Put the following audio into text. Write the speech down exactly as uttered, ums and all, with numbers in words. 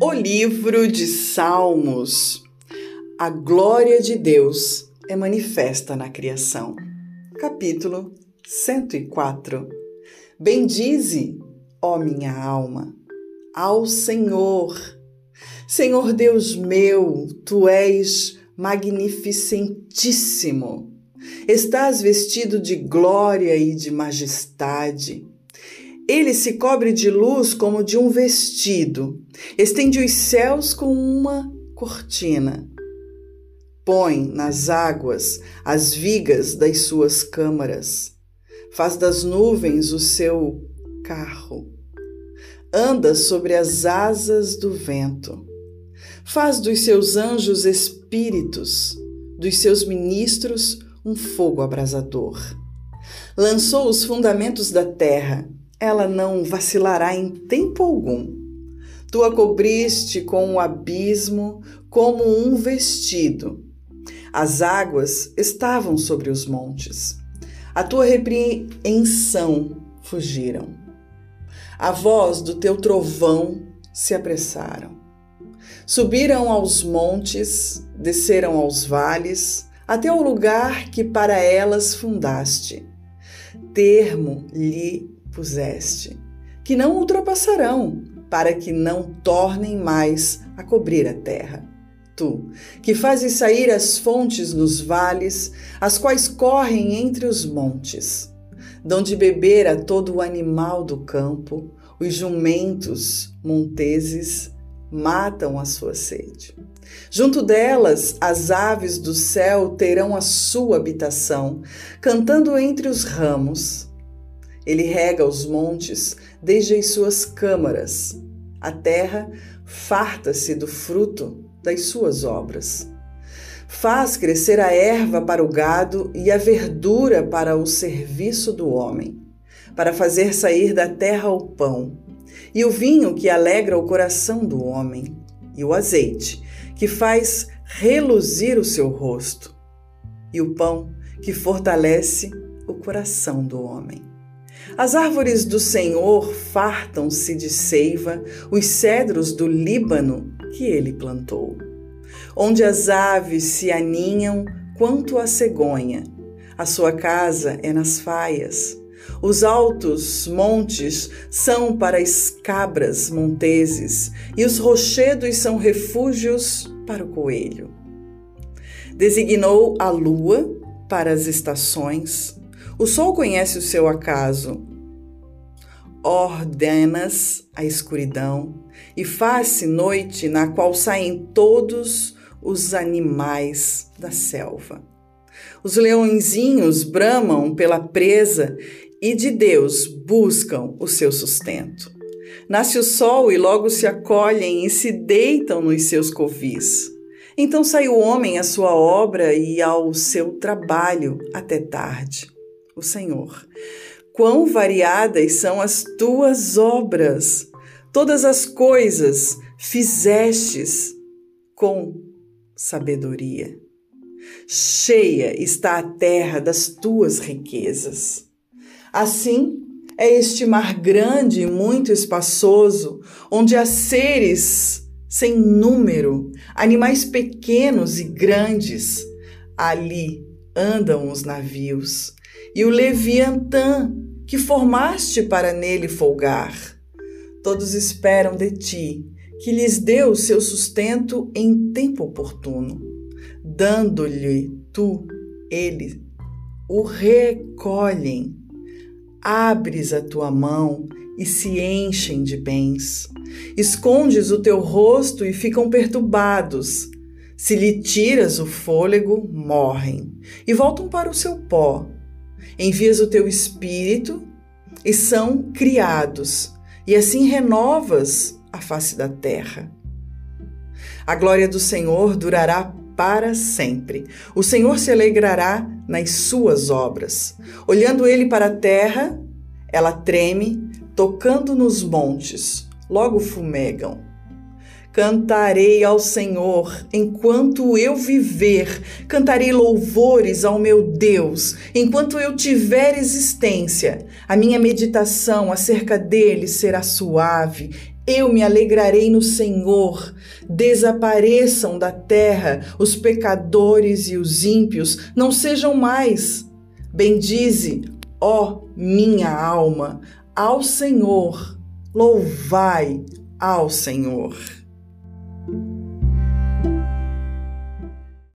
O livro de Salmos. A glória de Deus é manifesta na criação. Capítulo cento e quatro. Bendize, ó minha alma, ao Senhor. Senhor Deus meu, tu és magnificentíssimo. Estás vestido de glória e de majestade. Ele se cobre de luz como de um vestido, estende os céus com uma cortina. Põe nas águas as vigas das suas câmaras, faz das nuvens o seu carro, anda sobre as asas do vento, faz dos seus anjos espíritos, dos seus ministros um fogo abrasador. Lançou os fundamentos da terra, ela não vacilará em tempo algum. Tu a cobriste com o abismo como um vestido. As águas estavam sobre os montes. A tua repreensão fugiram. A voz do teu trovão se apressaram. Subiram aos montes, desceram aos vales, até o lugar que para elas fundaste. Termo lhe puseste, que não ultrapassarão, para que não tornem mais a cobrir a terra. Tu, que fazes sair as fontes nos vales, as quais correm entre os montes, dão de beber a todo o animal do campo, os jumentos monteses matam a sua sede. Junto delas, as aves do céu terão a sua habitação, cantando entre os ramos. Ele rega os montes desde as suas câmaras. A terra farta-se do fruto das suas obras. Faz crescer a erva para o gado e a verdura para o serviço do homem, para fazer sair da terra o pão, e o vinho que alegra o coração do homem, e o azeite que faz reluzir o seu rosto, e o pão que fortalece o coração do homem. As árvores do Senhor fartam-se de seiva, os cedros do Líbano que ele plantou. Onde as aves se aninham quanto a cegonha, a sua casa é nas faias. Os altos montes são para as cabras monteses, e os rochedos são refúgios para o coelho. Designou a lua para as estações. O sol conhece o seu acaso. Ordenas a escuridão e faz-se noite na qual saem todos os animais da selva. Os leõezinhos bramam pela presa e de Deus buscam o seu sustento. Nasce o sol e logo se acolhem e se deitam nos seus covis. Então sai o homem à sua obra e ao seu trabalho até tarde. O Senhor, quão variadas são as tuas obras! Todas as coisas fizestes com sabedoria. Cheia está a terra das tuas riquezas. Assim é este mar grande e muito espaçoso, onde há seres sem número, animais pequenos e grandes. Ali andam os navios. E o Leviatã, que formaste para nele folgar. Todos esperam de ti, que lhes dê o seu sustento em tempo oportuno. Dando-lhe tu, ele, o recolhem. Abres a tua mão e se enchem de bens. Escondes o teu rosto e ficam perturbados. Se lhe tiras o fôlego, morrem e voltam para o seu pó. Envias o teu espírito e são criados, e assim renovas a face da terra. A glória do Senhor durará para sempre. O Senhor se alegrará nas suas obras. Olhando ele para a terra, ela treme, tocando nos montes, logo fumegam. Cantarei ao Senhor enquanto eu viver, cantarei louvores ao meu Deus, enquanto eu tiver existência. A minha meditação acerca dele será suave, Eu me alegrarei no Senhor. Desapareçam da terra os pecadores e os ímpios, não sejam mais. Bendize, ó minha alma, ao Senhor. Louvai ao Senhor.